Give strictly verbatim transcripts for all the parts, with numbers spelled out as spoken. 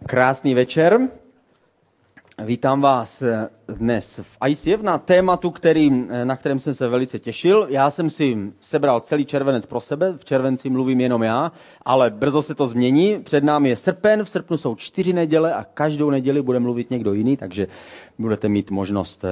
Krásný večer. Vítám vás dnes v I C F na tématu, který, na kterém jsem se velice těšil. Já jsem si sebral celý červenec pro sebe, v červenci mluvím jenom já, ale brzo se to změní. Před námi je srpen, v srpnu jsou čtyři neděle a každou neděli bude mluvit někdo jiný, takže budete mít možnost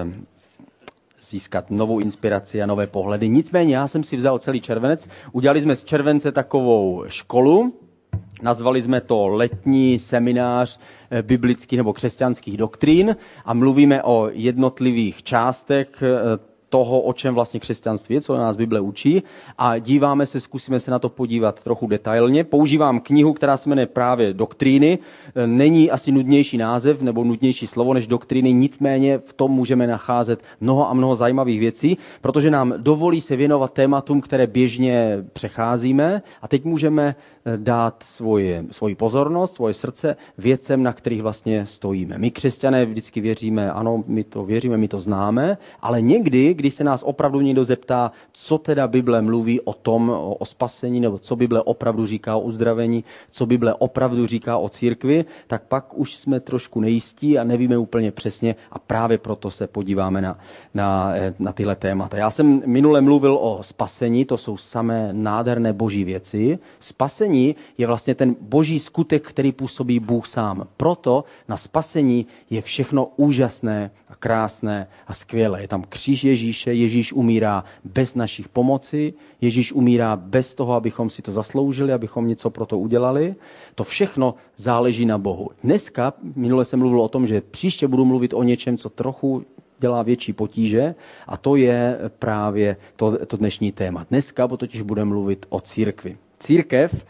získat novou inspiraci a nové pohledy. Nicméně já jsem si vzal celý červenec, udělali jsme z července takovou školu, nazvali jsme to letní seminář biblických nebo křesťanských doktrín a mluvíme o jednotlivých částech toho, o čem vlastně křesťanství je, co nás Bible učí a díváme se, zkusíme se na to podívat trochu detailně. Používám knihu, která se jmenuje právě Doktríny. Není asi nudnější název nebo nudnější slovo než doktríny, nicméně v tom můžeme nacházet mnoho a mnoho zajímavých věcí, protože nám dovolí se věnovat tématům, které běžně přecházíme a teď můžeme dát svoje, svoji pozornost, svoje srdce věcem, na kterých vlastně stojíme. My křesťané vždycky věříme, ano, my to věříme, my to známe, ale někdy, když se nás opravdu někdo zeptá, co teda Bible mluví o tom, o, o spasení, nebo co Bible opravdu říká o uzdravení, co Bible opravdu říká o církvi, tak pak už jsme trošku nejistí a nevíme úplně přesně a právě proto se podíváme na, na, na tyhle témata. Já jsem minule mluvil o spasení, to jsou samé nádherné boží věci. Spasení je vlastně ten boží skutek, který působí Bůh sám. Proto na spasení je všechno úžasné a krásné a skvělé. Je tam kříž Ježíše, Ježíš umírá bez našich pomoci, Ježíš umírá bez toho, abychom si to zasloužili, abychom něco pro to udělali. To všechno záleží na Bohu. Dneska, minule jsem mluvil o tom, že příště budu mluvit o něčem, co trochu dělá větší potíže a to je právě to, to dnešní téma. Dneska totiž budeme mluvit o církvi. Církev,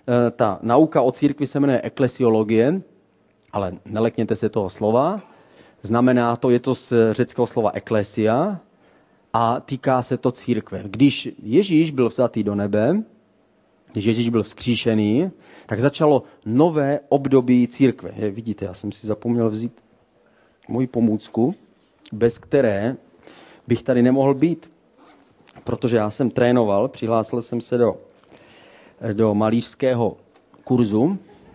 ta nauka o církvi se jmenuje eklesiologie, ale nelekněte se toho slova. Znamená to, je to z řeckého slova eklesia a týká se to církve. Když Ježíš byl vzatý do nebe, když Ježíš byl vzkříšený, tak začalo nové období církve. Je, vidíte, já jsem si zapomněl vzít moji pomůcku, bez které bych tady nemohl být, protože já jsem trénoval, přihlásil jsem se do do malířského kurzu.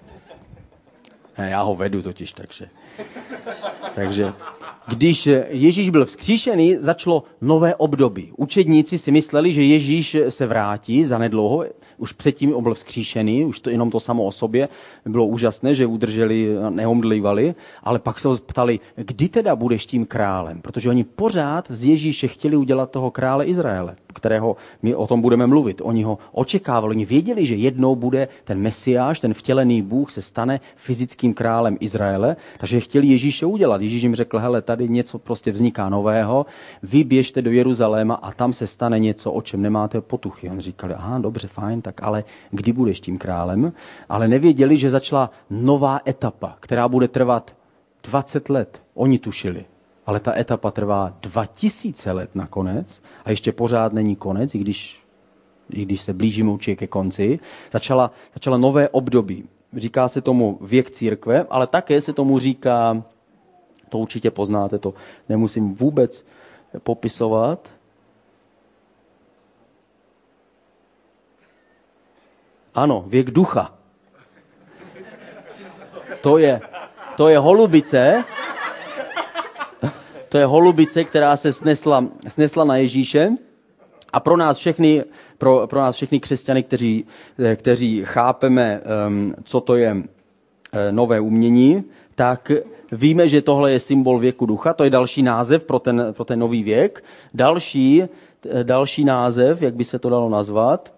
Já ho vedu totiž, takže. Takže když Ježíš byl vzkříšený, začalo nové období. Učedníci si mysleli, že Ježíš se vrátí zanedlouho, už předtím on byl vzkříšený, už to jenom to samo o sobě bylo úžasné, že udrželi, neomdlívali, ale pak se ho ptali, kdy teda budeš tím králem, protože oni pořád z Ježíše chtěli udělat toho krále Izraele, kterého my o tom budeme mluvit. Oni ho očekávali, oni věděli, že jednou bude ten Mesiáš, ten vtělený Bůh se stane fyzickým králem Izraele, takže chtěli Ježíše udělat. Ježíš jim řekl, hele, tady něco prostě vzniká nového, vy běžte do Jeruzaléma a tam se stane něco, o čem nemáte potuchy. On říkali, aha, dobře, fajn, tak ale kdy budeš tím králem? Ale nevěděli, že začala nová etapa, která bude trvat dvacet let. Oni tušili. Ale ta etapa trvá dva tisíce let nakonec a ještě pořád není konec, i když, i když se blížíme určitě ke konci. Začala, začala nové období. Říká se tomu věk církve, ale také se tomu říká, to určitě poznáte, to nemusím vůbec popisovat. Ano, věk ducha. To je, to je holubice, to je holubice, která se snesla, snesla na Ježíše a pro nás všechny, pro, pro nás všechny křesťany, kteří, kteří chápeme, um, co to je uh, nové umění, tak víme, že tohle je symbol věku ducha, to je další název pro ten, pro ten nový věk. Další, další název, jak by se to dalo nazvat,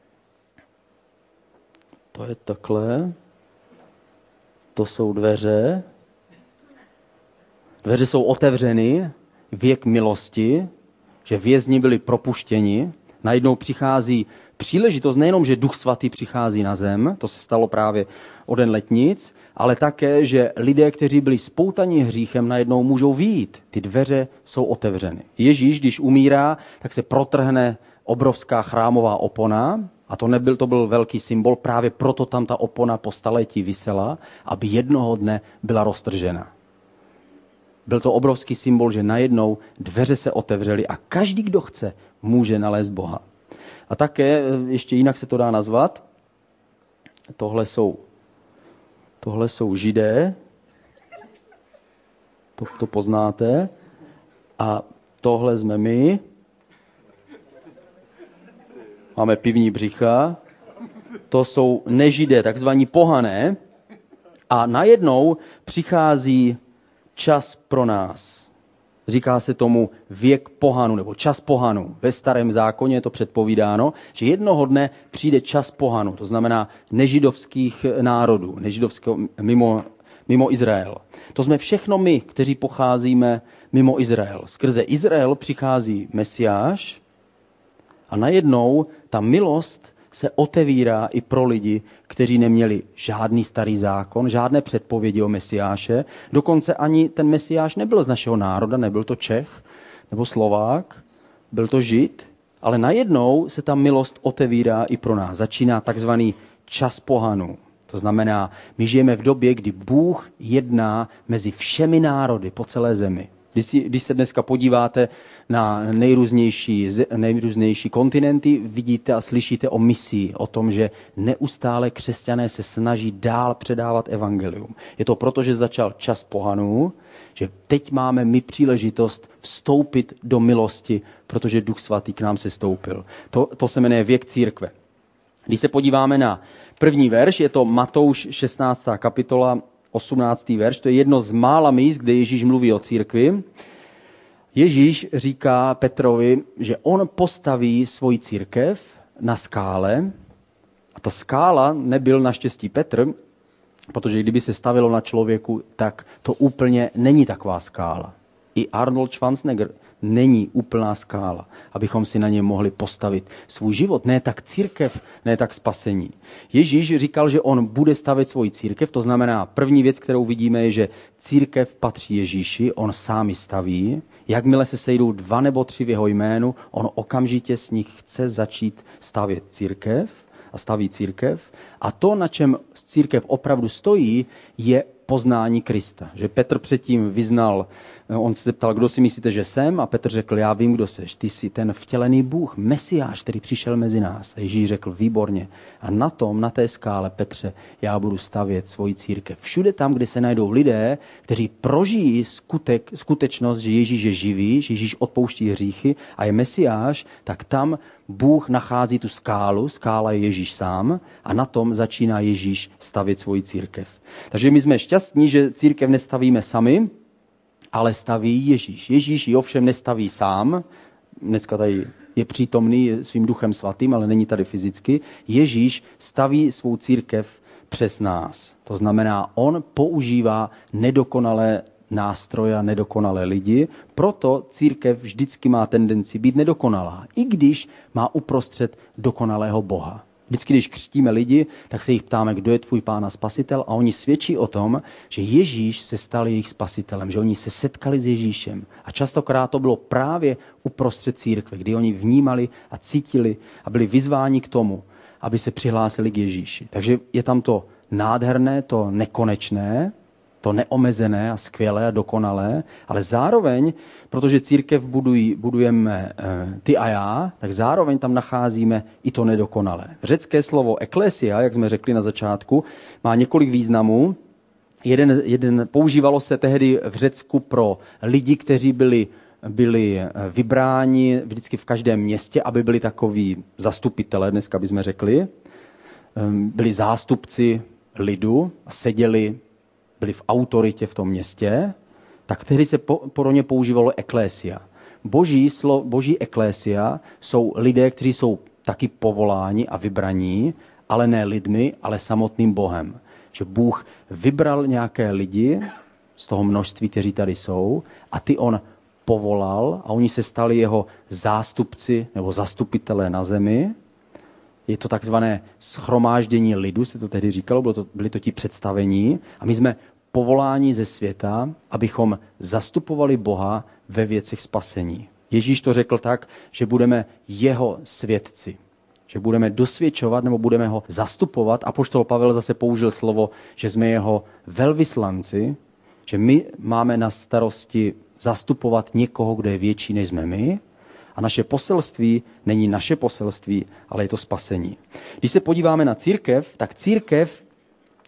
to je takhle, to jsou dveře, dveře jsou otevřeny, věk milosti, že vězni byli propuštěni, najednou přichází příležitost, nejenom, že Duch Svatý přichází na zem, to se stalo právě o den letnic, ale také, že lidé, kteří byli spoutaní hříchem, najednou můžou vyjít. Ty dveře jsou otevřeny. Ježíš, když umírá, tak se protrhne obrovská chrámová opona, a to nebyl, to byl velký symbol, právě proto tam ta opona po staletí visela, aby jednoho dne byla roztržena. Byl to obrovský symbol, že najednou dveře se otevřely a každý, kdo chce, může nalézt Boha. A také, ještě jinak se to dá nazvat, tohle jsou Tohle jsou Židé, to, to poznáte, a tohle jsme my. Máme pivní břicha, to jsou nežidé, takzvaní pohané. A najednou přichází čas pro nás. Říká se tomu věk pohanu, nebo čas pohanu. Ve starém zákoně je to předpovídáno, že jednoho dne přijde čas pohanu, to znamená nežidovských národů, nežidovského mimo, mimo Izrael. To jsme všechno my, kteří pocházíme mimo Izrael. Skrze Izrael přichází Mesiáš a najednou ta milost se otevírá i pro lidi, kteří neměli žádný starý zákon, žádné předpovědi o Mesiáše. Dokonce ani ten Mesiáš nebyl z našeho národa, nebyl to Čech nebo Slovák, byl to Žid, ale najednou se ta milost otevírá i pro nás. Začíná takzvaný čas pohanů. To znamená, my žijeme v době, kdy Bůh jedná mezi všemi národy po celé zemi. Když, si, když se dneska podíváte na nejrůznější, nejrůznější kontinenty, vidíte a slyšíte o misii, o tom, že neustále křesťané se snaží dál předávat evangelium. Je to proto, že začal čas pohanů, že teď máme my příležitost vstoupit do milosti, protože Duch Svatý k nám se stoupil. To, to se jmenuje věk církve. Když se podíváme na první verš, je to Matouš šestnáctá kapitola, osmnáctý verš, to je jedno z mála míst, kde Ježíš mluví o církvi. Ježíš říká Petrovi, že on postaví svoji církev na skále a ta skála nebyl naštěstí Petr, protože kdyby se stavilo na člověku, tak to úplně není taková skála. I Arnold Schwarzenegger není úplná skála, abychom si na ně mohli postavit svůj život. Ne tak církev, ne tak spasení. Ježíš říkal, že on bude stavět svoji církev, to znamená, první věc, kterou vidíme, je, že církev patří Ježíši, on sám ji staví. Jakmile se sejdou dva nebo tři v jeho jménu, on okamžitě s nich chce začít stavět církev a staví církev. A to, na čem církev opravdu stojí, je poznání Krista. Že Petr předtím vyznal, on se zeptal, kdo si myslíte, že jsem? A Petr řekl, já vím, kdo seš. Ty jsi ten vtělený Bůh, Mesiáš, který přišel mezi nás. A Ježíš řekl, výborně. A na tom, na té skále, Petře, já budu stavět svoji církev. Všude tam, kde se najdou lidé, kteří prožijí skutek, skutečnost, že Ježíš je živý, že Ježíš odpouští hříchy a je Mesiáš, tak tam Bůh nachází tu skálu, skála je Ježíš sám a na tom začíná Ježíš stavět svoji církev. Takže my jsme šťastní, že církev nestavíme sami, ale staví Ježíš. Ježíš ji ovšem nestaví sám, dneska tady je přítomný svým Duchem Svatým, ale není tady fyzicky. Ježíš staví svou církev přes nás. To znamená, on používá nedokonalé nástroje a nedokonalé lidi, proto církev vždycky má tendenci být nedokonalá, i když má uprostřed dokonalého Boha. Vždycky, když křtíme lidi, tak se jich ptáme, kdo je tvůj pán a spasitel a oni svědčí o tom, že Ježíš se stal jejich spasitelem, že oni se setkali s Ježíšem. A častokrát to bylo právě uprostřed církve, kdy oni vnímali a cítili a byli vyzváni k tomu, aby se přihlásili k Ježíši. Takže je tam to nádherné, to nekonečné, to neomezené a skvělé a dokonalé, ale zároveň, protože církev budují, budujeme e, ty a já, tak zároveň tam nacházíme i to nedokonalé. Řecké slovo eklesia, jak jsme řekli na začátku, má několik významů. Jeden, jeden používalo se tehdy v Řecku pro lidi, kteří byli, byli vybráni vždycky v každém městě, aby byli takoví zastupitelé, dneska bychom řekli. Byli zástupci lidu a seděli byli v autoritě v tom městě, tak tehdy se po, pro ně používalo eklésia. Boží, slo, boží eklésia jsou lidé, kteří jsou taky povoláni a vybraní, ale ne lidmi, ale samotným Bohem. Že Bůh vybral nějaké lidi z toho množství, kteří tady jsou, a ty on povolal a oni se stali jeho zástupci nebo zastupitelé na zemi. Je to takzvané shromáždění lidu, se to tehdy říkalo, bylo to, byli to ti představení a my jsme povoláni ze světa, abychom zastupovali Boha ve věcech spasení. Ježíš to řekl tak, že budeme jeho svědci, že budeme dosvědčovat nebo budeme ho zastupovat. Apoštol Pavel zase použil slovo, že jsme jeho velvyslanci, že my máme na starosti zastupovat někoho, kdo je větší než jsme my. A naše poselství není naše poselství, ale je to spasení. Když se podíváme na církev, tak církev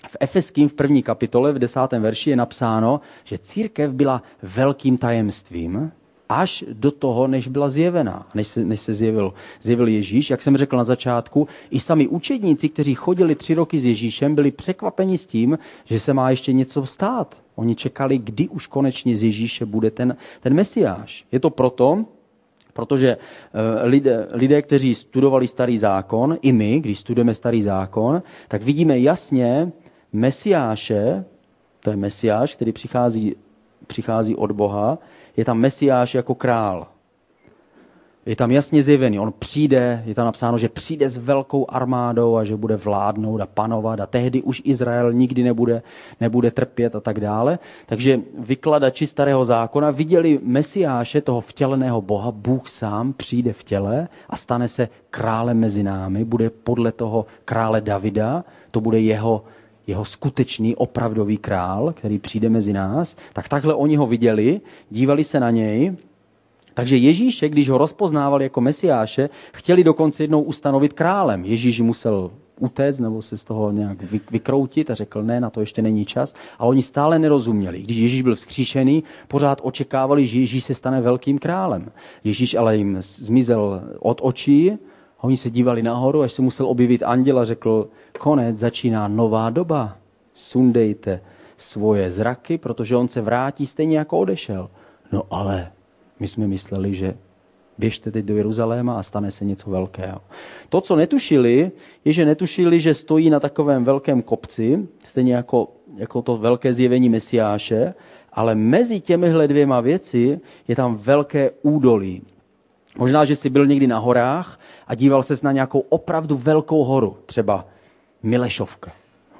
v Efeským v první kapitole v desátém verši je napsáno, že církev byla velkým tajemstvím až do toho, než byla zjevena, než se, než se zjevil, zjevil Ježíš. Jak jsem řekl na začátku, i sami učedníci, kteří chodili tři roky s Ježíšem, byli překvapeni s tím, že se má ještě něco stát. Oni čekali, kdy už konečně z Ježíše bude ten, ten Mesiáš. Je to proto, protože lidé, lidé, kteří studovali Starý zákon, i my, když studujeme Starý zákon, tak vidíme jasně Mesiáše, to je Mesiáš, který přichází, přichází od Boha, je tam Mesiáš jako král. Je tam jasně zjevený, on přijde, je tam napsáno, že přijde s velkou armádou a že bude vládnout a panovat a tehdy už Izrael nikdy nebude, nebude trpět a tak dále. Takže vykladači Starého zákona viděli Mesiáše, toho vtěleného Boha, Bůh sám přijde v těle a stane se králem mezi námi, bude podle toho krále Davida, to bude jeho jeho skutečný, opravdový král, který přijde mezi nás, tak takhle oni ho viděli, dívali se na něj. Takže Ježíše, když ho rozpoznávali jako Mesiáše, chtěli dokonce jednou ustanovit králem. Ježíš musel utéct nebo se z toho nějak vykroutit a řekl, ne, na to ještě není čas. A oni stále nerozuměli. Když Ježíš byl vzkříšený, pořád očekávali, že Ježíš se stane velkým králem. Ježíš ale jim zmizel od očí. Oni se dívali nahoru, až se musel objevit anděl a řekl, konec, začíná nová doba. Sundejte svoje zraky, protože on se vrátí stejně jako odešel. No ale my jsme mysleli, že běžte teď do Jeruzaléma a stane se něco velkého. To, co netušili, je, že netušili, že stojí na takovém velkém kopci, stejně jako, jako to velké zjevení Mesiáše, ale mezi těmihle dvěma věci je tam velké údolí. Možná, že jsi byl někdy na horách a díval ses na nějakou opravdu velkou horu, třeba Milešovka.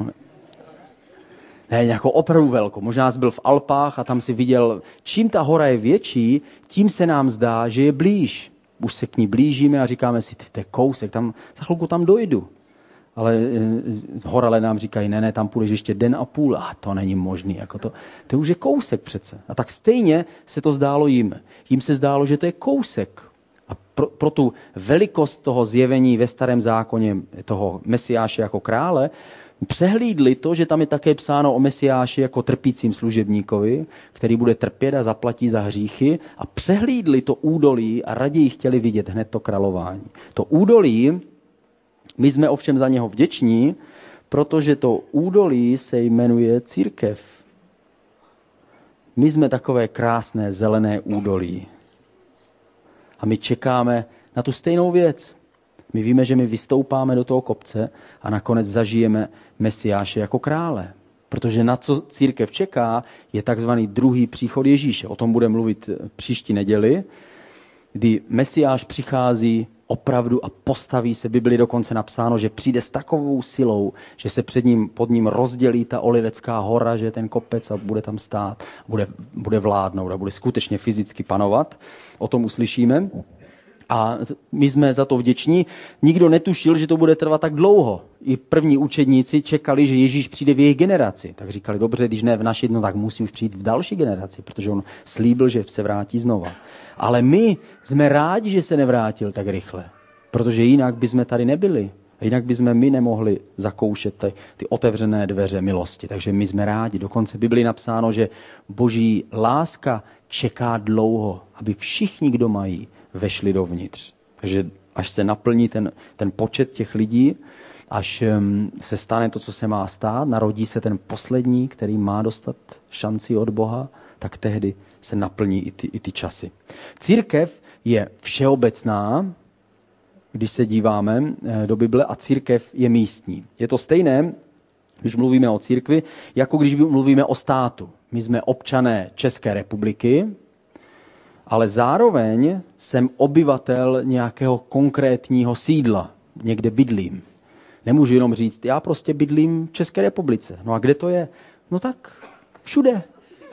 Ne, nějakou opravdu velkou. Možná jsi byl v Alpách a tam si viděl, čím ta hora je větší, tím se nám zdá, že je blíž. Už se k ní blížíme a říkáme si, to je kousek, tam, za chvilku tam dojdu. Ale eh, horale nám říkají, ne, ne, tam půjdeš ještě den a půl. A to není možný, jako to, to už je kousek přece. A tak stejně se to zdálo jim. Jim se zdálo, že to je kousek. A pro, pro tu velikost toho zjevení ve Starém zákoně, toho Mesiáše jako krále, přehlídli to, že tam je také psáno o Mesiáši jako trpícím služebníkovi, který bude trpět a zaplatí za hříchy, a přehlídli to údolí a raději chtěli vidět hned to králování. To údolí, my jsme ovšem za něho vděční, protože to údolí se jmenuje církev. My jsme takové krásné zelené údolí. A my čekáme na tu stejnou věc. My víme, že my vystoupáme do toho kopce a nakonec zažijeme Mesiáše jako krále. Protože na co církev čeká, je takzvaný druhý příchod Ježíše. O tom budeme mluvit příští neděli, kdy Mesiáš přichází opravdu a postaví se. Bibli dokonce napsáno, že přijde s takovou silou, že se před ním, pod ním rozdělí ta Olivecká hora, že je ten kopec a bude tam stát, bude, bude vládnout a bude skutečně fyzicky panovat. O tom uslyšíme. A my jsme za to vděční. Nikdo netušil, že to bude trvat tak dlouho. I první učedníci čekali, že Ježíš přijde v jejich generaci. Tak říkali, dobře, když ne v naší, no tak musí už přijít v další generaci, protože on slíbil, že se vrátí znova. Ale my jsme rádi, že se nevrátil tak rychle, protože jinak bychom tady nebyli. A jinak bychom my nemohli zakoušet ty, ty otevřené dveře milosti. Takže my jsme rádi. Dokonce v Biblii napsáno, že boží láska čeká dlouho, aby všichni, kdo mají, vešli dovnitř. Takže až se naplní ten, ten počet těch lidí, až um, se stane to, co se má stát, narodí se ten poslední, který má dostat šanci od Boha, tak tehdy se naplní i ty, i ty časy. Církev je všeobecná, když se díváme do Bible, a církev je místní. Je to stejné, když mluvíme o církvi, jako když mluvíme o státu. My jsme občané České republiky, ale zároveň jsem obyvatel nějakého konkrétního sídla. Někde bydlím. Nemůžu jenom říct, já prostě bydlím v České republice. No a kde to je? No tak všude.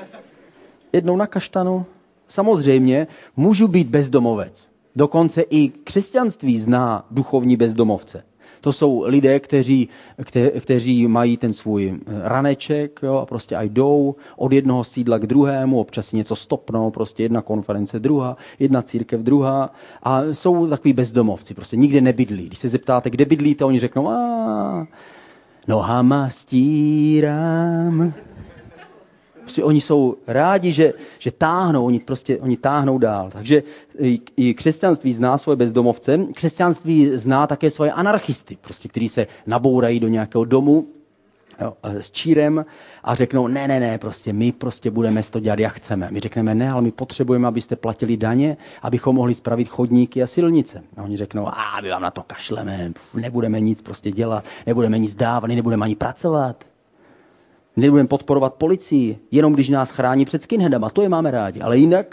Jednou na Kaštanu. Samozřejmě můžu být bezdomovec. Dokonce i křesťanství zná duchovní bezdomovce. To jsou lidé, kteří, kte, kteří mají ten svůj raneček, jo, a prostě a jdou od jednoho sídla k druhému, občas si něco stopnou, prostě jedna konference druhá, jedna církev druhá, a jsou takový bezdomovci, prostě nikde nebydlí. Když se zeptáte, kde bydlíte, oni řeknou, a nohama stírám. Prostě oni jsou rádi, že, že táhnou, oni prostě oni táhnou dál. Takže i, i křesťanství zná svoje bezdomovce, křesťanství zná také svoje anarchisty, prostě, kteří se nabourají do nějakého domu, jo, s čírem a řeknou, ne, ne, ne, prostě my prostě budeme to dělat, jak chceme. My řekneme, ne, ale my potřebujeme, abyste platili daně, abychom mohli spravit chodníky a silnice. A oni řeknou, a my vám na to kašleme, nebudeme nic prostě dělat, nebudeme nic dávat, nebudeme ani pracovat. Nebudeme podporovat policii, jenom když nás chrání před skinheadama, to je máme rádi, ale jinak,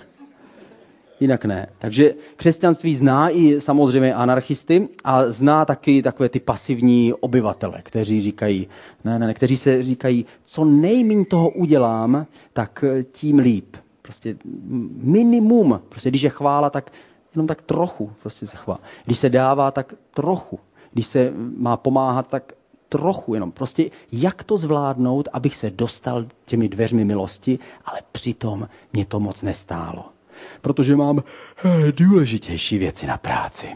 jinak ne. Takže křesťanství zná i samozřejmě anarchisty a zná taky takové ty pasivní obyvatele, kteří říkají, ne, ne, kteří se říkají, co nejméně toho udělám, tak tím líp. Prostě minimum, prostě když je chvála, tak jenom tak trochu prostě se chválí. Když se dává, tak trochu. Když se má pomáhat, tak trochu jenom. Prostě jak to zvládnout, abych se dostal těmi dveřmi milosti, ale přitom mě to moc nestálo. Protože mám důležitější věci na práci.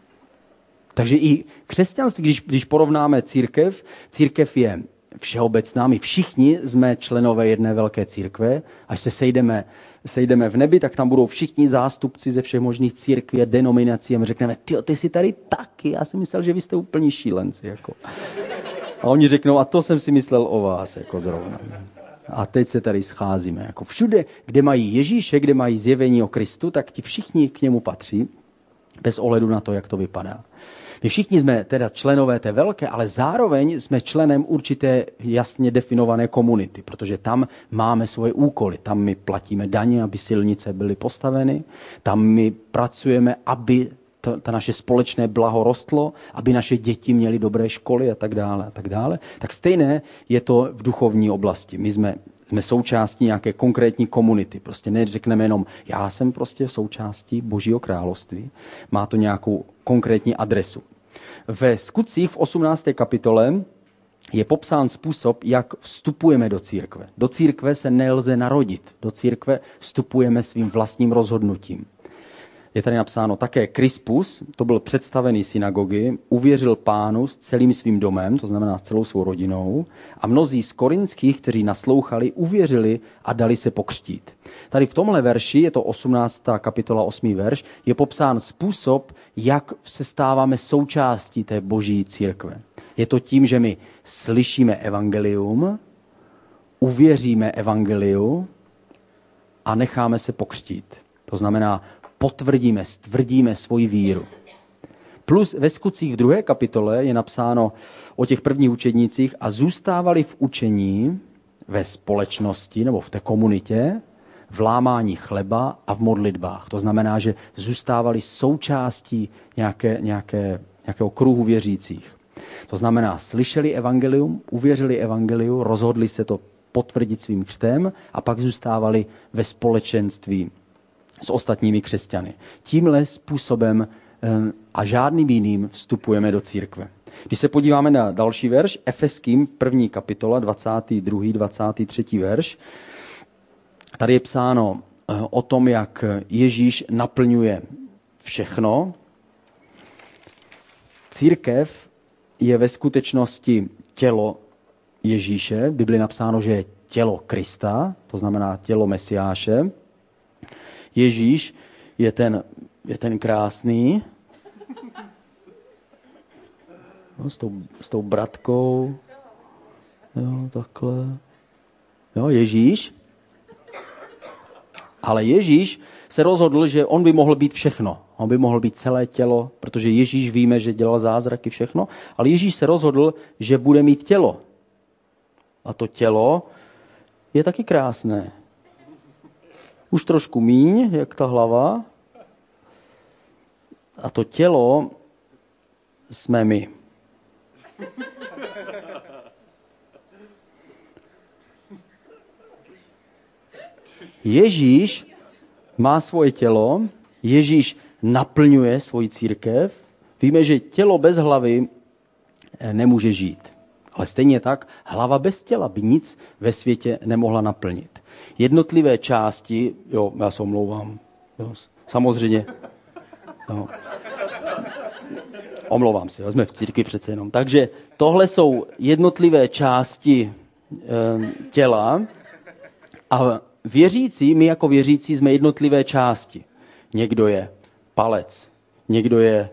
Takže i křesťanství, když, když porovnáme církev, církev je všeobecná, my všichni jsme členové jedné velké církve, až se sejdeme, sejdeme v nebi, tak tam budou všichni zástupci ze všech možných církví a denominací a my řekneme, ty, ty jsi tady taky, já jsem myslel, že vy jste úplní šílenci. Jako. A oni řeknou, a to jsem si myslel o vás, jako zrovna. A teď se tady scházíme. Jako všude, kde mají Ježíše, kde mají zjevení o Kristu, tak ti všichni k němu patří, bez ohledu na to, jak to vypadá. My všichni jsme teda členové té velké, ale zároveň jsme členem určité jasně definované komunity, protože tam máme svoje úkoly. Tam my platíme daně, aby silnice byly postaveny, tam my pracujeme, aby to, ta naše společné blaho rostlo, aby naše děti měly dobré školy a tak dále a tak dále. Tak stejné je to v duchovní oblasti. My jsme Jsme součástí nějaké konkrétní komunity. Prostě neřekneme jenom, já jsem prostě součástí Božího království. Má to nějakou konkrétní adresu. Ve Skutcích v osmnácté kapitole je popsán způsob, jak vstupujeme do církve. Do církve se nelze narodit. Do církve vstupujeme svým vlastním rozhodnutím. Je tady napsáno také Krispus, to byl představený synagogy, uvěřil Pánu s celým svým domem, to znamená s celou svou rodinou, a mnozí z korinských, kteří naslouchali, uvěřili a dali se pokřtít. Tady v tomhle verši, je to osmnáctá kapitola, osmý verš, je popsán způsob, jak se stáváme součástí té Boží církve. Je to tím, že my slyšíme evangelium, uvěříme evangeliu a necháme se pokřtít. To znamená, potvrdíme, stvrdíme svoji víru. Plus ve Skutcích v druhé kapitole je napsáno o těch prvních učednících a zůstávali v učení, ve společnosti nebo v té komunitě, v lámání chleba a v modlitbách. To znamená, že zůstávali součástí nějaké, nějaké, nějakého kruhu věřících. To znamená, slyšeli evangelium, uvěřili evangeliu, rozhodli se to potvrdit svým křtem a pak zůstávali ve společenství s ostatními křesťany. Tímhle způsobem a žádným jiným vstupujeme do církve. Když se podíváme na další verš, Efeským první kapitola, dvacátý druhý dvacátý třetí verš, tady je psáno o tom, jak Ježíš naplňuje všechno. Církev je ve skutečnosti tělo Ježíše. V Bibli je napsáno, že je tělo Krista, to znamená tělo Mesiáše. Ježíš je ten, je ten krásný, no, s, tou, s tou bratkou, jo, takhle, jo, Ježíš, ale Ježíš se rozhodl, že on by mohl být všechno, on by mohl být celé tělo, protože Ježíš víme, že dělal zázraky všechno, ale Ježíš se rozhodl, že bude mít tělo a to tělo je taky krásné. Už trošku míň, jak ta hlava. A to tělo jsme my. Ježíš má svoje tělo, Ježíš naplňuje svoji církev. Víme, že tělo bez hlavy nemůže žít. Ale stejně tak, hlava bez těla by nic ve světě nemohla naplnit. Jednotlivé části, jo, já se omlouvám, jo, samozřejmě, jo. Omlouvám se, jsme v církvi přece jenom. Takže tohle jsou jednotlivé části e, těla a věřící, my jako věřící jsme jednotlivé části. Někdo je palec, někdo je...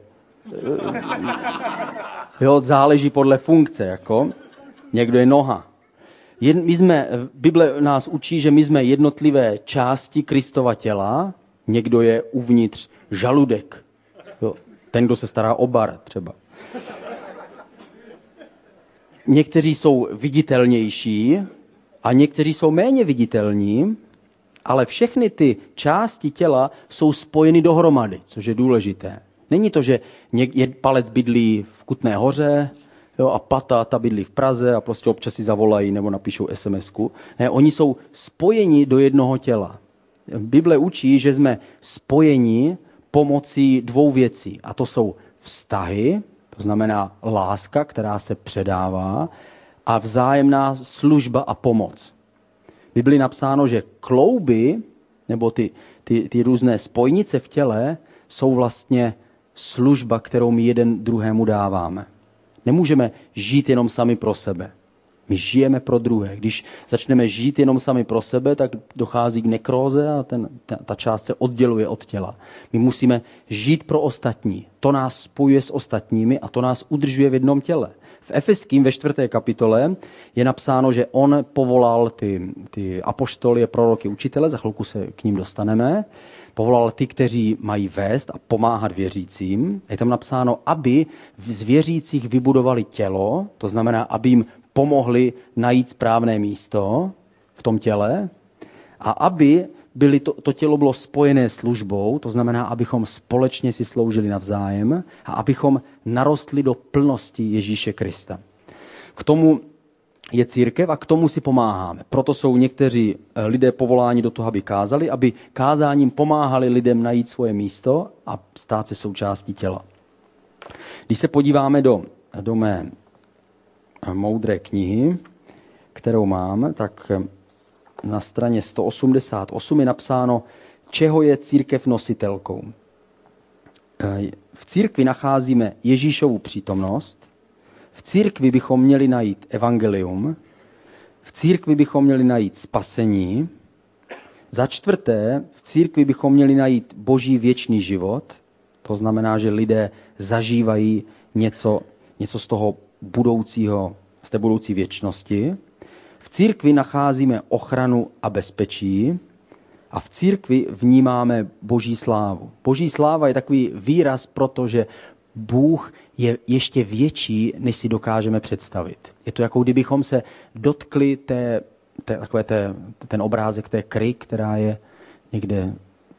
E, jo, záleží podle funkce, jako. Někdo je noha. Jed, my jsme, Bible nás učí, že my jsme jednotlivé části Kristova těla. Někdo je uvnitř žaludek. Jo, ten, kdo se stará o bar třeba. Někteří jsou viditelnější a někteří jsou méně viditelní, ale všechny ty části těla jsou spojeny dohromady, což je důležité. Není to, že něk, palec bydlí v Kutné Hoře, jo, a pata, ta bydlí v Praze a prostě občas si zavolají nebo napíšou es em esku. Ne, oni jsou spojeni do jednoho těla. Bible učí, že jsme spojeni pomocí dvou věcí. A to jsou vztahy, to znamená láska, která se předává, a vzájemná služba a pomoc. V Bibli napsáno, že klouby, nebo ty, ty, ty různé spojnice v těle, jsou vlastně služba, kterou my jeden druhému dáváme. Nemůžeme žít jenom sami pro sebe. My žijeme pro druhé. Když začneme žít jenom sami pro sebe, tak dochází k nekróze a ten, ta, ta část se odděluje od těla. My musíme žít pro ostatní. To nás spojuje s ostatními a to nás udržuje v jednom těle. V Efeským ve čtvrté kapitole je napsáno, že on povolal ty, ty apoštoly, proroky, učitele, za chvilku se k ním dostaneme, povolal ty, kteří mají vést a pomáhat věřícím. Je tam napsáno, aby z věřících vybudovali tělo, to znamená, aby jim pomohli najít správné místo v tom těle a aby byli to, to tělo bylo spojené službou, to znamená, abychom společně si sloužili navzájem a abychom narostli do plnosti Ježíše Krista. K tomu je církev a k tomu si pomáháme. Proto jsou někteří lidé povoláni do toho, aby kázali, aby kázáním pomáhali lidem najít svoje místo a stát se součástí těla. Když se podíváme do, do mé moudré knihy, kterou mám, tak na straně sto osmdesát osm je napsáno, čeho je církev nositelkou. V církvi nacházíme Ježíšovu přítomnost, v církvi bychom měli najít evangelium, v církvi bychom měli najít spasení, za čtvrté, v církvi bychom měli najít boží věčný život, to znamená, že lidé zažívají něco, něco z toho budoucího, z té budoucí věčnosti. V církvi nacházíme ochranu a bezpečí a v církvi vnímáme boží slávu. Boží sláva je takový výraz, protože Bůh je ještě větší, než si dokážeme představit. Je to jako kdybychom se dotkli té, té, takové té, ten obrázek té kry, která je někde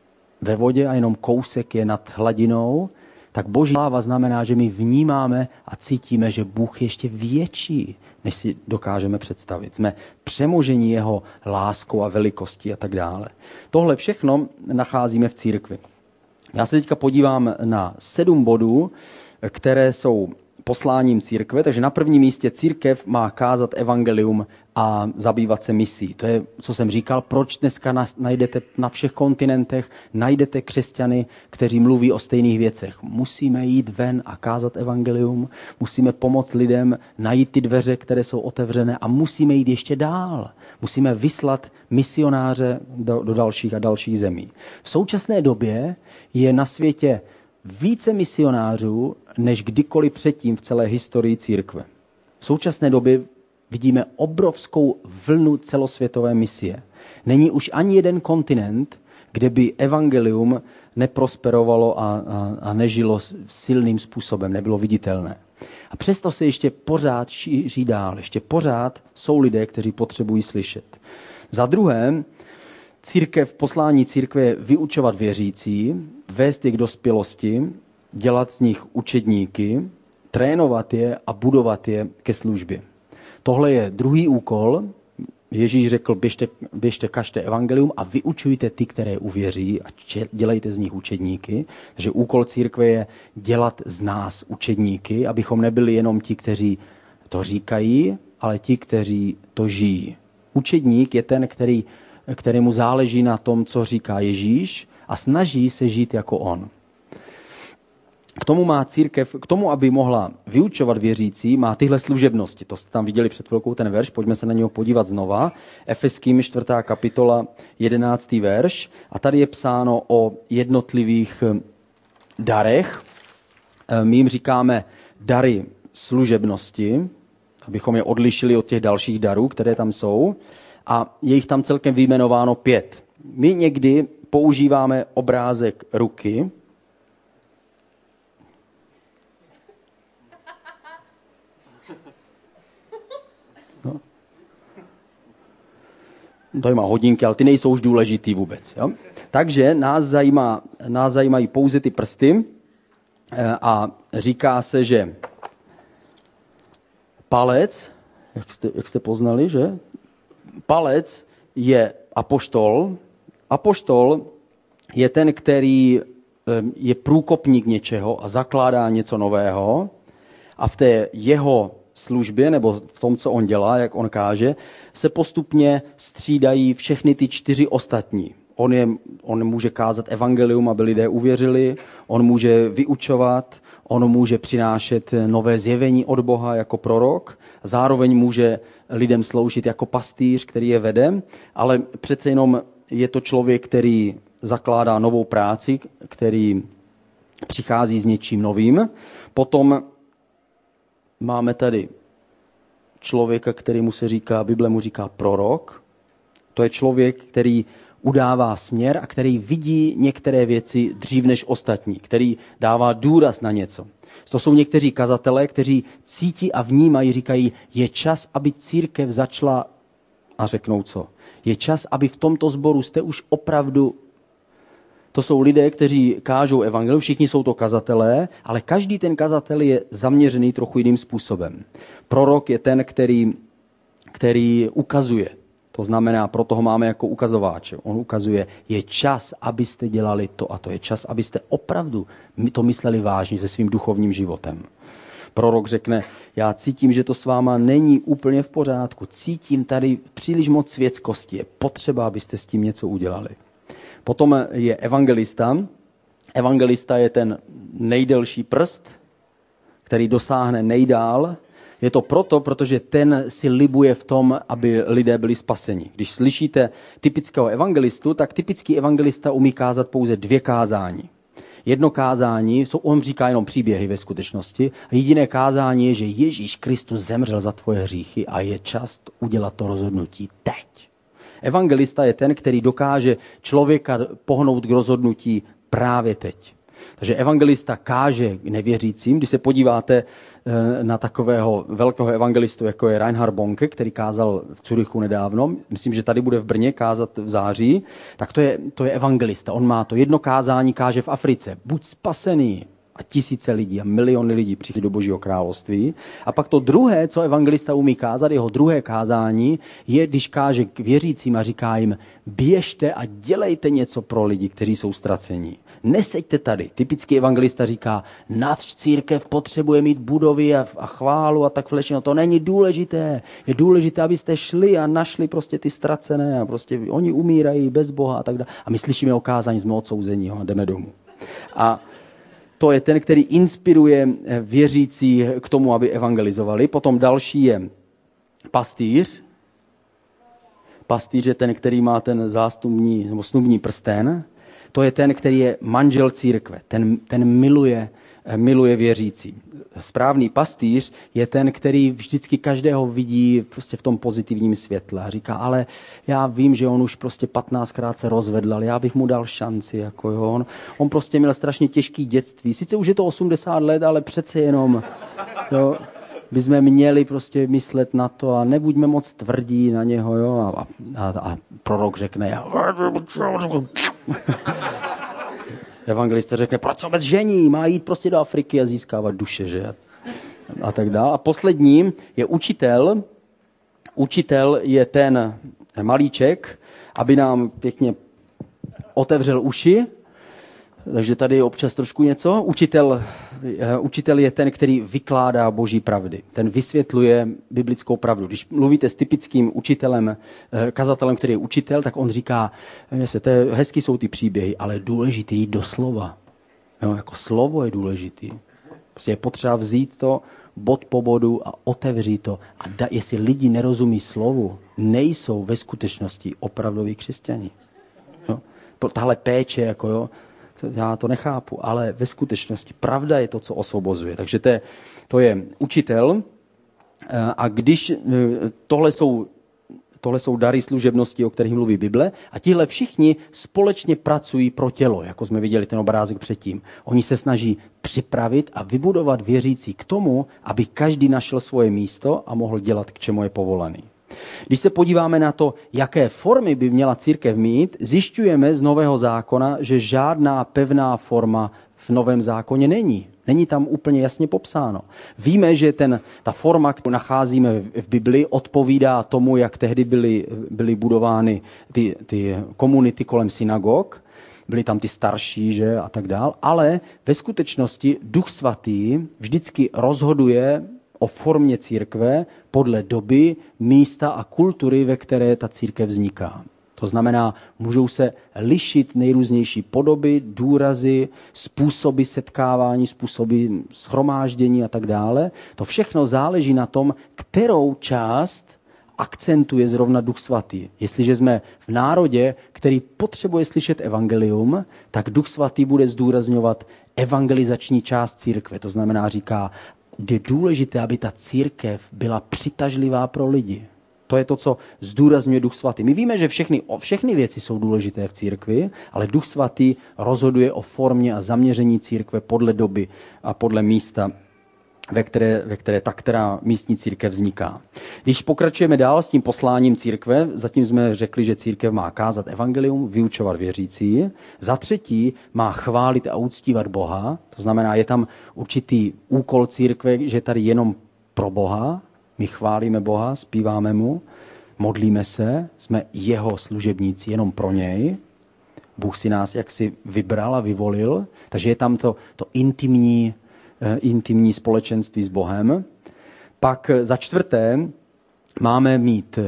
ve vodě a jenom kousek je nad hladinou, tak boží sláva znamená, že my vnímáme a cítíme, že Bůh je ještě větší, než si dokážeme představit. Jsme přemoženi jeho láskou a velikostí a tak dále. Tohle všechno nacházíme v církvi. Já se teďka podívám na sedm bodů, které jsou posláním církve, takže na prvním místě církev má kázat evangelium a zabývat se misí. To je, co jsem říkal, proč dneska najdete na všech kontinentech, najdete křesťany, kteří mluví o stejných věcech. Musíme jít ven a kázat evangelium, musíme pomoct lidem najít ty dveře, které jsou otevřené a musíme jít ještě dál. Musíme vyslat misionáře do, do dalších a dalších zemí. V současné době je na světě více misionářů, než kdykoliv předtím v celé historii církve. V současné době vidíme obrovskou vlnu celosvětové misie. Není už ani jeden kontinent, kde by evangelium neprosperovalo a, a, a nežilo silným způsobem, nebylo viditelné. A přesto se ještě pořád šíří dál, ještě pořád jsou lidé, kteří potřebují slyšet. Za druhé, církev, poslání církve je vyučovat věřící, vést je k dospělosti, dělat z nich učedníky, trénovat je a budovat je ke službě. Tohle je druhý úkol. Ježíš řekl, běžte, běžte, kažte evangelium a vyučujte ty, které uvěří a dělejte z nich učedníky. Takže úkol církve je dělat z nás učedníky, abychom nebyli jenom ti, kteří to říkají, ale ti, kteří to žijí. Učedník je ten, který, kterému záleží na tom, co říká Ježíš a snaží se žít jako on. K tomu má církev, k tomu, aby mohla vyučovat věřící, má tyhle služebnosti. To jste tam viděli před chvilkou ten verš, pojďme se na něho podívat znova. Efeským čtvrtá kapitola, jedenáctý verš. A tady je psáno o jednotlivých darech. My jim říkáme dary služebnosti, abychom je odlišili od těch dalších darů, které tam jsou. A je jich tam celkem vyjmenováno pět. My někdy používáme obrázek ruky. No. Tady má hodinky, ale ty nejsou už důležitý vůbec. Jo? Takže nás, zajímá, nás zajímají pouze ty prsty a říká se, že palec, jak jste, jak jste poznali, že? Palec je apoštol. Apoštol je ten, který je průkopník něčeho a zakládá něco nového a v té jeho službě, nebo v tom, co on dělá, jak on káže, se postupně střídají všechny ty čtyři ostatní. On, je, on může kázat evangelium, aby lidé uvěřili, on může vyučovat, on může přinášet nové zjevení od Boha jako prorok, zároveň může lidem sloužit jako pastýř, který je vede, ale přece jenom je to člověk, který zakládá novou práci, který přichází s něčím novým. Potom máme tady člověka, kterému se říká, Bible mu říká prorok. To je člověk, který udává směr a který vidí některé věci dřív než ostatní, který dává důraz na něco. To jsou někteří kazatelé, kteří cítí a vnímají, říkají, je čas, aby církev začala, a řeknou co? Je čas, aby v tomto sboru jste už opravdu. To jsou lidé, kteří kážou evangelium, všichni jsou to kazatelé, ale každý ten kazatel je zaměřený trochu jiným způsobem. Prorok je ten, který, který ukazuje. To znamená, proto ho máme jako ukazováče. On ukazuje, je čas, abyste dělali to a to. Je čas, abyste opravdu to mysleli vážně se svým duchovním životem. Prorok řekne, já cítím, že to s váma není úplně v pořádku. Cítím tady příliš moc světskosti. Je potřeba, abyste s tím něco udělali. Potom je evangelista. Evangelista je ten nejdelší prst, který dosáhne nejdál. Je to proto, protože ten si libuje v tom, aby lidé byli spaseni. Když slyšíte typického evangelistu, tak typický evangelista umí kázat pouze dvě kázání. Jedno kázání, on říká jenom příběhy ve skutečnosti, a jediné kázání je, že Ježíš Kristus zemřel za tvoje hříchy a je čas udělat to rozhodnutí teď. Evangelista je ten, který dokáže člověka pohnout k rozhodnutí právě teď. Takže evangelista káže nevěřícím. Když se podíváte na takového velkého evangelistu, jako je Reinhard Bonke, který kázal v Curychu nedávno, myslím, že tady bude v Brně kázat v září, tak to je, to je evangelista. On má to jedno kázání, káže v Africe. Buď spasený. A tisíce lidí a miliony lidí přijdou do Božího království. A pak to druhé, co evangelista umí kázat, jeho druhé kázání, je, když káže k věřícím a říká jim, běžte a dělejte něco pro lidi, kteří jsou ztracení. Neseďte tady. Typický evangelista říká, náš církev potřebuje mít budovy a, a chválu a tak všechno. To není důležité. Je důležité, abyste šli a našli prostě ty ztracené a prostě oni umírají bez Boha a tak dále. A my slyšíme o kázání, jsme odsouzení a jdeme domů. A to je ten, který inspiruje věřící k tomu, aby evangelizovali. Potom další je pastýř. Pastýř je ten, který má ten zástupní nebo snubní prsten. To je ten, který je manžel církve. Ten, ten miluje, miluje věřící. Správný pastýř je ten, který vždycky každého vidí prostě v tom pozitivním světle. A říká, ale já vím, že on už prostě patnáctkrát se rozvedl, ale já bych mu dal šanci. Jako jo. On, on prostě měl strašně těžký dětství. Sice už je to osmdesát let, ale přece jenom jo, bychom měli prostě myslet na to a nebuďme moc tvrdí na něho. Jo. A, a, a prorok řekne, já... Evangelista řekne, proč se bez žení, má jít prostě do Afriky a získávat duše, že? A tak dále. A posledním je učitel. Učitel je ten malíček, aby nám pěkně otevřel uši. Takže tady je občas trošku něco. Učitel, učitel je ten, který vykládá boží pravdy. Ten vysvětluje biblickou pravdu. Když mluvíte s typickým učitelem, kazatelem, který je učitel, tak on říká, že to je, hezky jsou ty příběhy, ale důležité jít do slova. Jo, jako slovo je důležitý. Prostě je potřeba vzít to bod po bodu a otevřít to. A da, jestli lidi nerozumí slovu, nejsou ve skutečnosti opravdoví křesťani. Jo? Tahle péče, jako jo, to, já to nechápu, ale ve skutečnosti pravda je to, co osvobozuje. Takže to je, to je učitel. A když tohle jsou, tohle jsou dary služebnosti, o kterých mluví Bible, a tihle všichni společně pracují pro tělo, jako jsme viděli ten obrázek předtím. Oni se snaží připravit a vybudovat věřící k tomu, aby každý našel svoje místo a mohl dělat, k čemu je povolaný. Když se podíváme na to, jaké formy by měla církev mít, zjišťujeme z Nového zákona, že žádná pevná forma v Novém zákoně není. Není tam úplně jasně popsáno. Víme, že ten, ta forma, kterou nacházíme v Biblii, odpovídá tomu, jak tehdy byly, byly budovány ty, ty komunity kolem synagog. Byli tam ty starší, že, a tak dál. Ale ve skutečnosti Duch Svatý vždycky rozhoduje o formě církve podle doby, místa a kultury, ve které ta církev vzniká. To znamená, můžou se lišit nejrůznější podoby, důrazy, způsoby setkávání, způsoby shromáždění a tak dále. To všechno záleží na tom, kterou část akcentuje zrovna Duch Svatý. Jestliže jsme v národě, který potřebuje slyšet evangelium, tak Duch Svatý bude zdůrazňovat evangelizační část církve. To znamená, říká, je důležité, aby ta církev byla přitažlivá pro lidi. To je to, co zdůrazňuje Duch Svatý. My víme, že všechny, všechny věci jsou důležité v církvi, ale Duch Svatý rozhoduje o formě a zaměření církve podle doby a podle místa, ve které, ve které ta která místní církev vzniká. Když pokračujeme dál s tím posláním církve, zatím jsme řekli, že církev má kázat evangelium, vyučovat věřící. Za třetí má chválit a uctívat Boha. To znamená, je tam určitý úkol církve, že je tady jenom pro Boha. My chválíme Boha, zpíváme mu, modlíme se, jsme jeho služebníci jenom pro něj. Bůh si nás jaksi vybral a vyvolil, takže je tam to, to intimní, intimní společenství s Bohem. Pak za čtvrté máme mít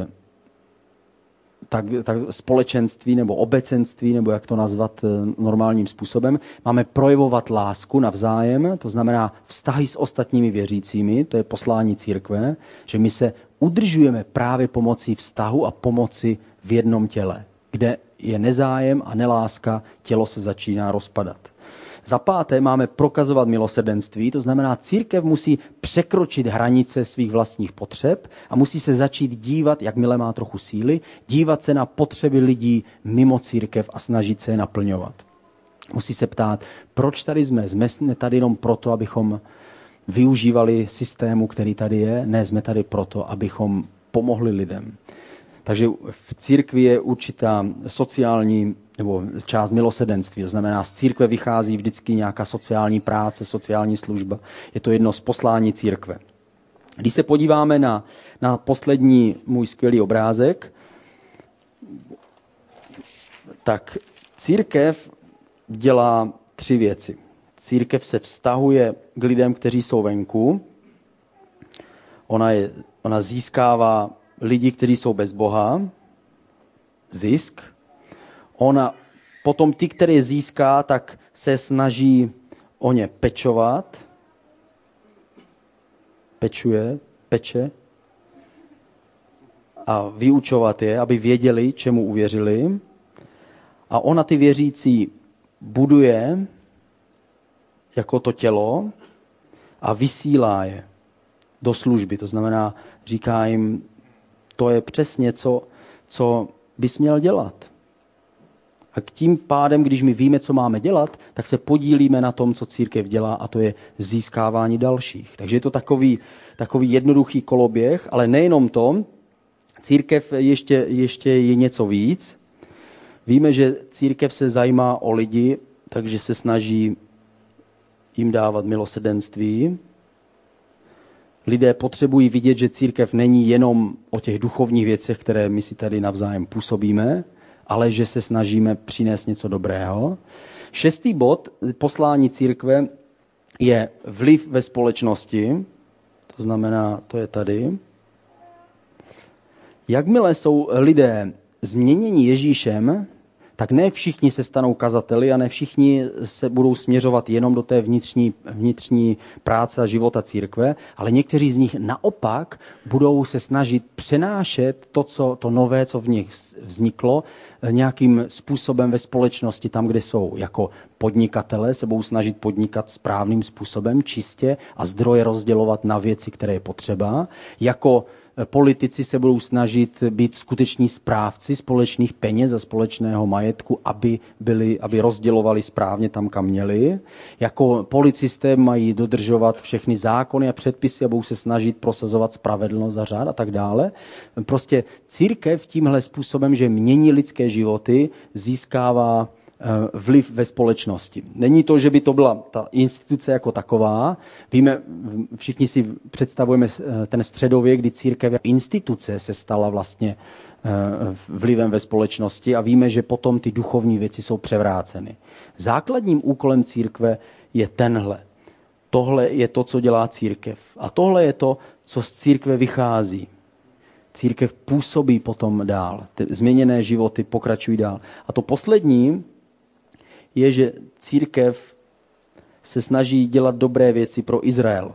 tak, tak společenství nebo obecenství, nebo jak to nazvat normálním způsobem. Máme projevovat lásku navzájem, to znamená vztahy s ostatními věřícími, to je poslání církve, že my se udržujeme právě pomocí vztahu a pomoci v jednom těle. Kde je nezájem a neláska, tělo se začíná rozpadat. Za páté máme prokazovat milosrdenství, to znamená, církev musí překročit hranice svých vlastních potřeb a musí se začít dívat, jakmile má trochu síly, dívat se na potřeby lidí mimo církev a snažit se je naplňovat. Musí se ptát, proč tady jsme? Jsme tady jenom proto, abychom využívali systému, který tady je? Ne, jsme tady proto, abychom pomohli lidem. Takže v církvi je určitá sociální nebo část milosrdenství. To znamená, z církve vychází vždycky nějaká sociální práce, sociální služba. Je to jedno z poslání církve. Když se podíváme na, na poslední můj skvělý obrázek, tak církev dělá tři věci. Církev se vztahuje k lidem, kteří jsou venku. Ona, je, ona získává lidi, kteří jsou bez Boha, zisk. Ona potom ty, které získá, tak se snaží o ně pečovat. Pečuje, peče. A vyučovat je, aby věděli, čemu uvěřili. A ona ty věřící buduje jako to tělo a vysílá je do služby. To znamená, říká jim, to je přesně, co, co bys měl dělat. A k tím pádem, když my víme, co máme dělat, tak se podílíme na tom, co církev dělá, a to je získávání dalších. Takže je to takový, takový jednoduchý koloběh, ale nejenom to, církev ještě, ještě je něco víc. Víme, že církev se zajímá o lidi, takže se snaží jim dávat milosrdenství. Lidé potřebují vidět, že církev není jenom o těch duchovních věcech, které my si tady navzájem působíme, ale že se snažíme přinést něco dobrého. Šestý bod poslání církve je vliv ve společnosti, to znamená, to je tady. Jakmile jsou lidé změněni Ježíšem, tak ne všichni se stanou kazateli a ne všichni se budou směřovat jenom do té vnitřní, vnitřní práce a života církve, ale někteří z nich naopak budou se snažit přenášet to, co, to nové, co v nich vzniklo, nějakým způsobem ve společnosti, tam, kde jsou. Jako podnikatelé se budou snažit podnikat správným způsobem, čistě a zdroje rozdělovat na věci, které je potřeba. Jako politici se budou snažit být skuteční správci společných peněz a společného majetku, aby, byli, aby rozdělovali správně tam, kam měli. Jako policisté mají dodržovat všechny zákony a předpisy a budou se snažit prosazovat spravedlnost a řád a tak dále. Prostě církev tímhle způsobem, že mění lidské životy, získává vliv ve společnosti. Není to, že by to byla ta instituce jako taková. Víme, všichni si představujeme ten středověk, kdy církev jako instituce se stala vlastně vlivem ve společnosti a víme, že potom ty duchovní věci jsou převráceny. Základním úkolem církve je tenhle. Tohle je to, co dělá církev. A tohle je to, co z církve vychází. Církev působí potom dál. Ty změněné životy pokračují dál. A to poslední je, že církev se snaží dělat dobré věci pro Izrael.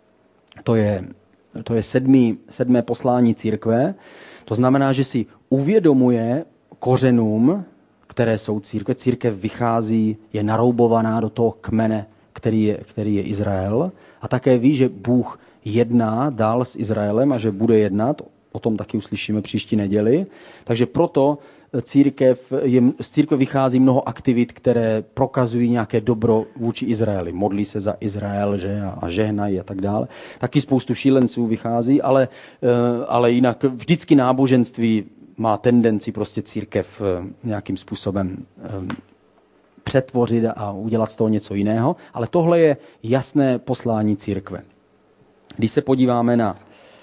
To je, to je sedmý, sedmé poslání církve. To znamená, že si uvědomuje kořenům, které jsou církve. Církev vychází, je naroubovaná do toho kmene, který je, který je Izrael. A také ví, že Bůh jedná dál s Izraelem a že bude jednat. O tom taky uslyšíme příští neděli. Takže proto církev, je, z církve vychází mnoho aktivit, které prokazují nějaké dobro vůči Izraeli. Modlí se za Izrael, že, a žehnají a tak dále. Taky spoustu šílenců vychází, ale, ale jinak vždycky náboženství má tendenci prostě církev nějakým způsobem přetvořit a udělat z toho něco jiného. Ale tohle je jasné poslání církve. Když se podíváme na,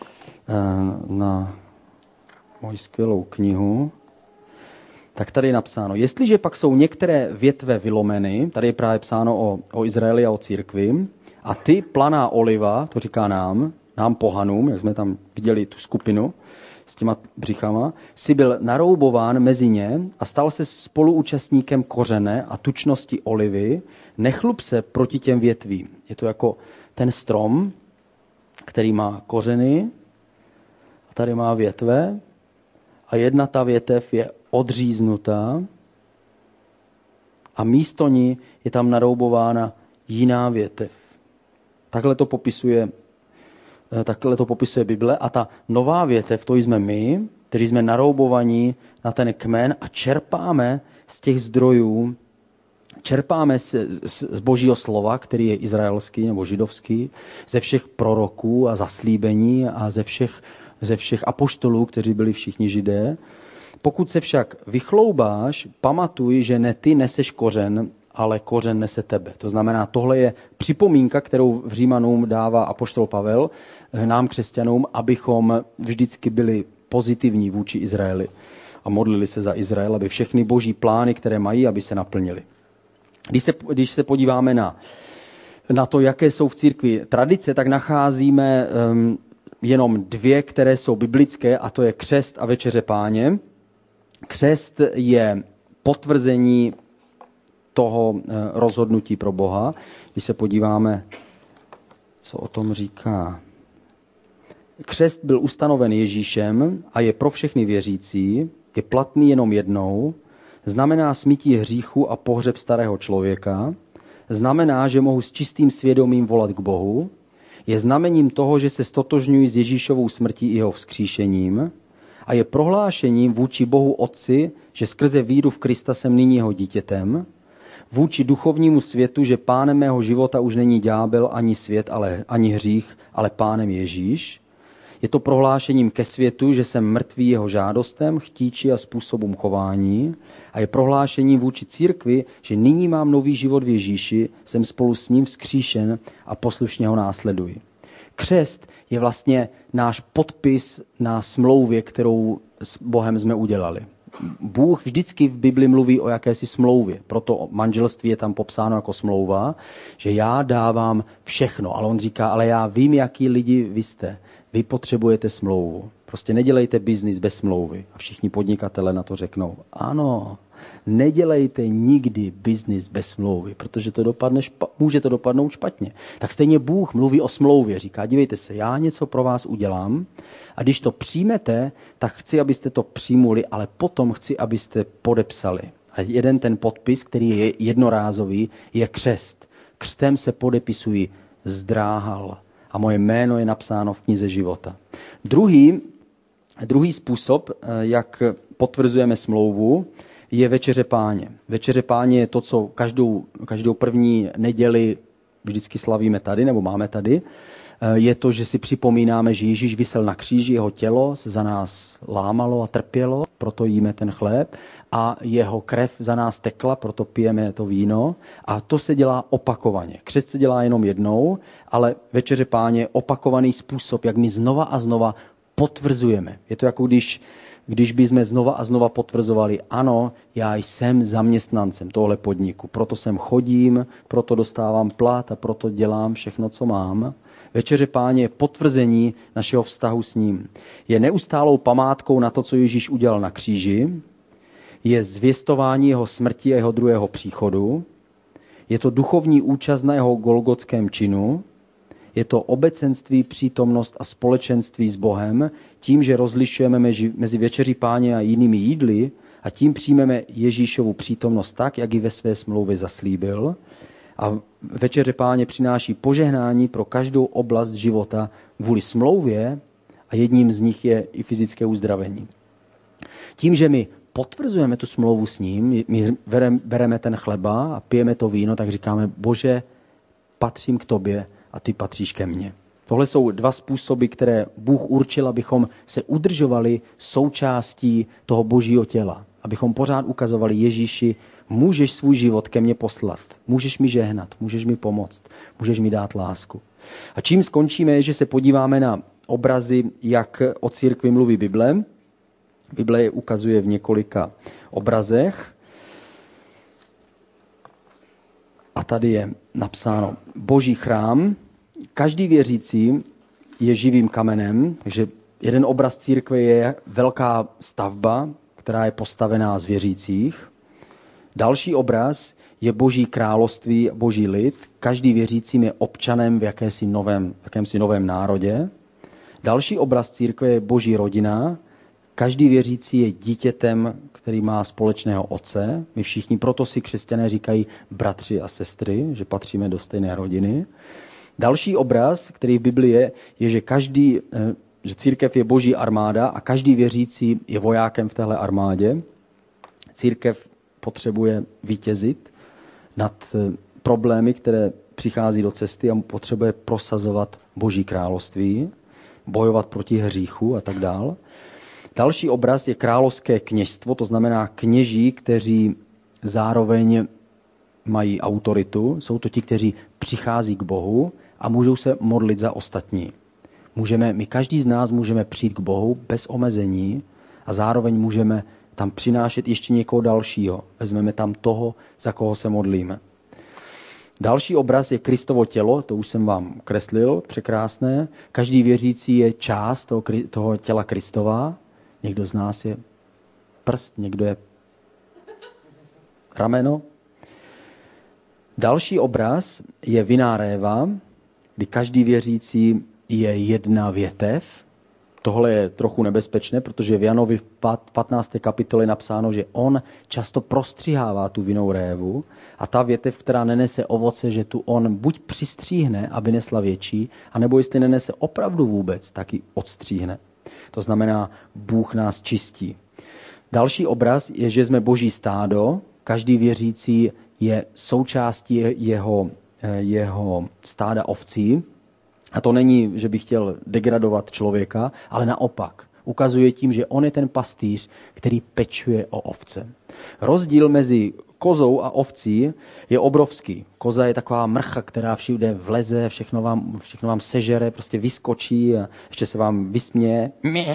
na moji skvělou knihu, tak tady je napsáno, jestliže pak jsou některé větve vylomeny, tady je právě psáno o, o Izraeli a o církvi, a ty, planá oliva, to říká nám, nám pohanům, jak jsme tam viděli tu skupinu s těma břichama, si byl naroubován mezi ně a stal se spoluúčastníkem kořene a tučnosti olivy, nechlup se proti těm větvím. Je to jako ten strom, který má kořeny, a tady má větve, a jedna ta větev je odříznutá a místo ní je tam naroubována jiná větev. Takhle to popisuje, takhle to popisuje Bible a ta nová větev, to jsme my, kteří jsme naroubovaní na ten kmen a čerpáme z těch zdrojů, čerpáme z, z, z Božího slova, který je izraelský nebo židovský, ze všech proroků a zaslíbení a ze všech, ze všech apoštolů, kteří byli všichni židé. Pokud se však vychloubáš, pamatuj, že ne ty neseš kořen, ale kořen nese tebe. To znamená, tohle je připomínka, kterou v Římanům dává apoštol Pavel nám křesťanům, abychom vždycky byli pozitivní vůči Izraeli a modlili se za Izrael, aby všechny boží plány, které mají, aby se naplnily. Když se, když se podíváme na, na to, jaké jsou v církvi tradice, tak nacházíme um, jenom dvě, které jsou biblické, a to je křest a večeře Páně. Křest je potvrzení toho rozhodnutí pro Boha. Když se podíváme, co o tom říká. Křest byl ustanoven Ježíšem a je pro všechny věřící, je platný jenom jednou, znamená smytí hříchu a pohřeb starého člověka, znamená, že mohu s čistým svědomím volat k Bohu, je znamením toho, že se stotožňuji s Ježíšovou smrtí i jeho vzkříšením a je prohlášením vůči Bohu Otci, že skrze víru v Krista jsem nyní jeho dítětem, vůči duchovnímu světu, že pánem mého života už není ďábel ani svět, ale, ani hřích, ale pánem Ježíš. Je to prohlášením ke světu, že jsem mrtvý jeho žádostem, chtíči a způsobům chování a je prohlášením vůči církvi, že nyní mám nový život v Ježíši, jsem spolu s ním vzkříšen a poslušně ho následuji. Křest je vlastně náš podpis na smlouvě, kterou s Bohem jsme udělali. Bůh vždycky v Bibli mluví o jakési smlouvě, proto manželství je tam popsáno jako smlouva, že já dávám všechno, ale on říká, ale já vím, jaký lidi vy jste. Vy potřebujete smlouvu. Prostě nedělejte biznis bez smlouvy. A všichni podnikatele na to řeknou, ano, Nedělejte nikdy biznis bez smlouvy, protože to dopadne špa- může to dopadnout špatně. Tak stejně Bůh mluví o smlouvě. Říká, dívejte se, já něco pro vás udělám a když to přijmete, tak chci, abyste to přijmuli, ale potom chci, abyste podepsali. A jeden ten podpis, který je jednorázový, je křest. Křtem se podepisuji zdráhal a moje jméno je napsáno v knize života. Druhý, druhý způsob, jak potvrzujeme smlouvu, je večeře Páně. Večeře Páně je to, co každou, každou první neděli vždycky slavíme tady, nebo máme tady. Je to, že si připomínáme, že Ježíš visel na kříži, jeho tělo se za nás lámalo a trpělo, proto jíme ten chléb a jeho krev za nás tekla, proto pijeme to víno a to se dělá opakovaně. Křest se dělá jenom jednou, ale večeře Páně je opakovaný způsob, jak my znova a znova potvrzujeme. Je to jako když, když bychom znova a znova potvrzovali, ano, já jsem zaměstnancem tohle podniku, proto sem chodím, proto dostávám plat a proto dělám všechno, co mám. Večeře Páně je potvrzení našeho vztahu s ním. Je neustálou památkou na to, co Ježíš udělal na kříži, je zvěstování jeho smrti a jeho druhého příchodu, je to duchovní účast na jeho golgotském činu, je to obecenství, přítomnost a společenství s Bohem, tím, že rozlišujeme mezi večeří Páně a jinými jídly a tím přijmeme Ježíšovu přítomnost tak, jak ji ve své smlouvě zaslíbil. A večeře Páně přináší požehnání pro každou oblast života kvůli smlouvě a jedním z nich je i fyzické uzdravení. Tím, že my potvrzujeme tu smlouvu s ním, my bereme ten chleba a pijeme to víno, tak říkáme, Bože, patřím k tobě a ty patříš ke mně. Tohle jsou dva způsoby, které Bůh určil, abychom se udržovali součástí toho Božího těla. Abychom pořád ukazovali Ježíši, můžeš svůj život ke mně poslat, můžeš mi žehnat, můžeš mi pomoct, můžeš mi dát lásku. A čím skončíme, je, že se podíváme na obrazy, jak o církvi mluví Bible. Bible je ukazuje v několika obrazech. A tady je napsáno Boží chrám. Každý věřící je živým kamenem, takže jeden obraz církve je velká stavba, která je postavená z věřících. Další obraz je Boží království, Boží lid. Každý věřícím je občanem v jakési novém, v jakémsi novém národě. Další obraz církve je Boží rodina. Každý věřící je dítětem, který má společného otce. My všichni, proto si křesťané říkají bratři a sestry, že patříme do stejné rodiny. Další obraz, který v Biblii je, je, že každý, že církev je Boží armáda a každý věřící je vojákem v téhle armádě. Církev potřebuje vítězit nad problémy, které přichází do cesty a potřebuje prosazovat Boží království, bojovat proti hříchu a tak dál. Další obraz je královské kněžstvo, to znamená kněží, kteří zároveň mají autoritu. Jsou to ti, kteří přichází k Bohu a můžou se modlit za ostatní. Můžeme, my každý z nás můžeme přijít k Bohu bez omezení a zároveň můžeme tam přinášet ještě někoho dalšího. Vezmeme tam toho, za koho se modlíme. Další obraz je Kristovo tělo, to už jsem vám kreslil, překrásné. Každý věřící je část toho, toho těla Kristova. Někdo z nás je prst, někdo je rameno. Další obraz je vinná réva, kdy každý věřící je jedna větev. Tohle je trochu nebezpečné, protože v Janovi v patnácté kapitole je napsáno, že on často prostřihává tu vinnou révu a ta větev, která nenese ovoce, že tu on buď přistříhne, aby nesla větší, anebo jestli nenese opravdu vůbec, tak ji odstříhne. To znamená, Bůh nás čistí. Další obraz je, že jsme Boží stádo. Každý věřící je součástí jeho, jeho stáda ovcí. A to není, že bych chtěl degradovat člověka, ale naopak. Ukazuje tím, že on je ten pastýř, který pečuje o ovce. Rozdíl mezi kozou a ovcí je obrovský. Koza je taková mrcha, která všude vleze, všechno vám, všechno vám sežere, prostě vyskočí a ještě se vám vysměje.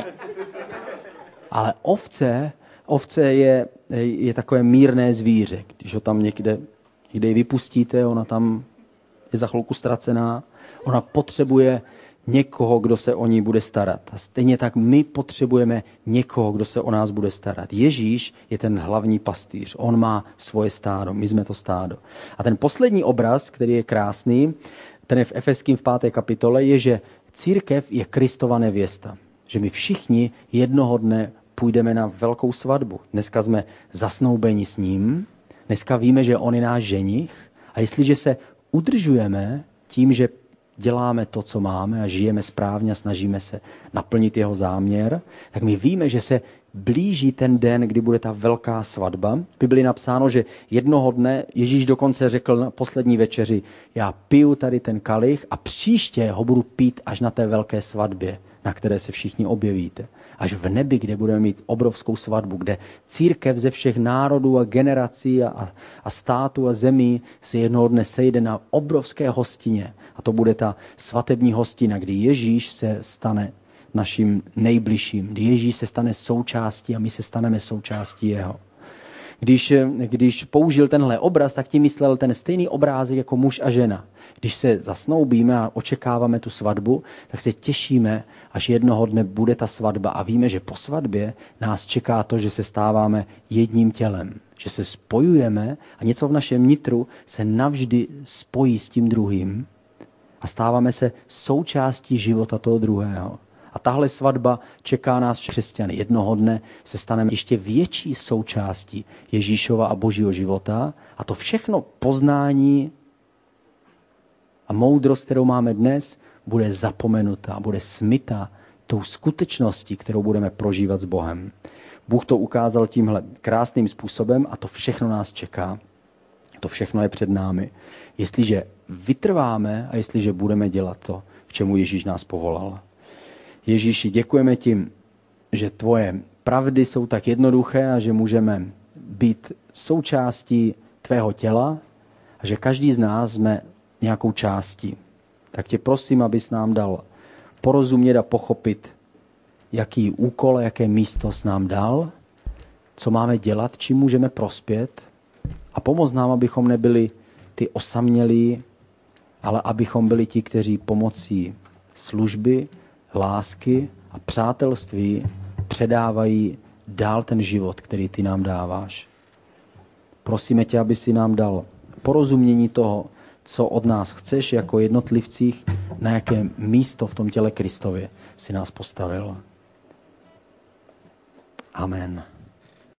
Ale ovce, ovce je, je takové mírné zvíře. Když ho tam někde, někde ji vypustíte, ona tam je za chvilku ztracená. Ona potřebuje někoho, kdo se o ní bude starat. A stejně tak my potřebujeme někoho, kdo se o nás bude starat. Ježíš je ten hlavní pastýř. On má svoje stádo, my jsme to stádo. A ten poslední obraz, který je krásný, ten je v Efeským v páté kapitole, je, že církev je Kristova nevěsta. Že my všichni jednoho dne půjdeme na velkou svatbu. Dneska jsme zasnoubeni s ním, dneska víme, že on je náš ženich a jestliže se udržujeme tím, že děláme to, co máme a žijeme správně a snažíme se naplnit jeho záměr, tak my víme, že se blíží ten den, kdy bude ta velká svatba. V Biblii napsáno, že jednoho dne Ježíš dokonce řekl na poslední večeři, já piju tady ten kalich a příště ho budu pít až na té velké svatbě, na které se všichni objevíte. Až v nebi, kde budeme mít obrovskou svatbu, kde církev ze všech národů a generací a, a států a zemí se jednoho dne sejde na obrovské hostině. A to bude ta svatební hostina, kdy Ježíš se stane naším nejbližším, kdy Ježíš se stane součástí a my se staneme součástí jeho. Když, když použil tenhle obraz, tak tím myslel ten stejný obrázek jako muž a žena. Když se zasnoubíme a očekáváme tu svatbu, tak se těšíme, až jednoho dne bude ta svatba a víme, že po svatbě nás čeká to, že se stáváme jedním tělem, že se spojujeme a něco v našem nitru se navždy spojí s tím druhým a stáváme se součástí života toho druhého. A tahle svatba čeká nás křesťany. Jednoho dne se staneme ještě větší součástí Ježíšova a Božího života a to všechno poznání a moudrost, kterou máme dnes, bude zapomenutá, bude smytá tou skutečností, kterou budeme prožívat s Bohem. Bůh to ukázal tímhle krásným způsobem a to všechno nás čeká. To všechno je před námi. Jestliže vytrváme a jestliže budeme dělat to, k čemu Ježíš nás povolal. Ježíši, děkujeme ti, že tvoje pravdy jsou tak jednoduché a že můžeme být součástí tvého těla a že každý z nás jsme nějakou částí. Tak tě prosím, abys nám dal porozumět a pochopit, jaký úkol, jaké místo s nám dal, co máme dělat, čím můžeme prospět a pomoz nám, abychom nebyli ty osamělí, ale abychom byli ti, kteří pomocí služby, lásky a přátelství předávají dál ten život, který ty nám dáváš. Prosíme tě, aby si nám dal porozumění toho, co od nás chceš jako jednotlivcích, na jaké místo v tom těle Kristově si nás postavil. Amen.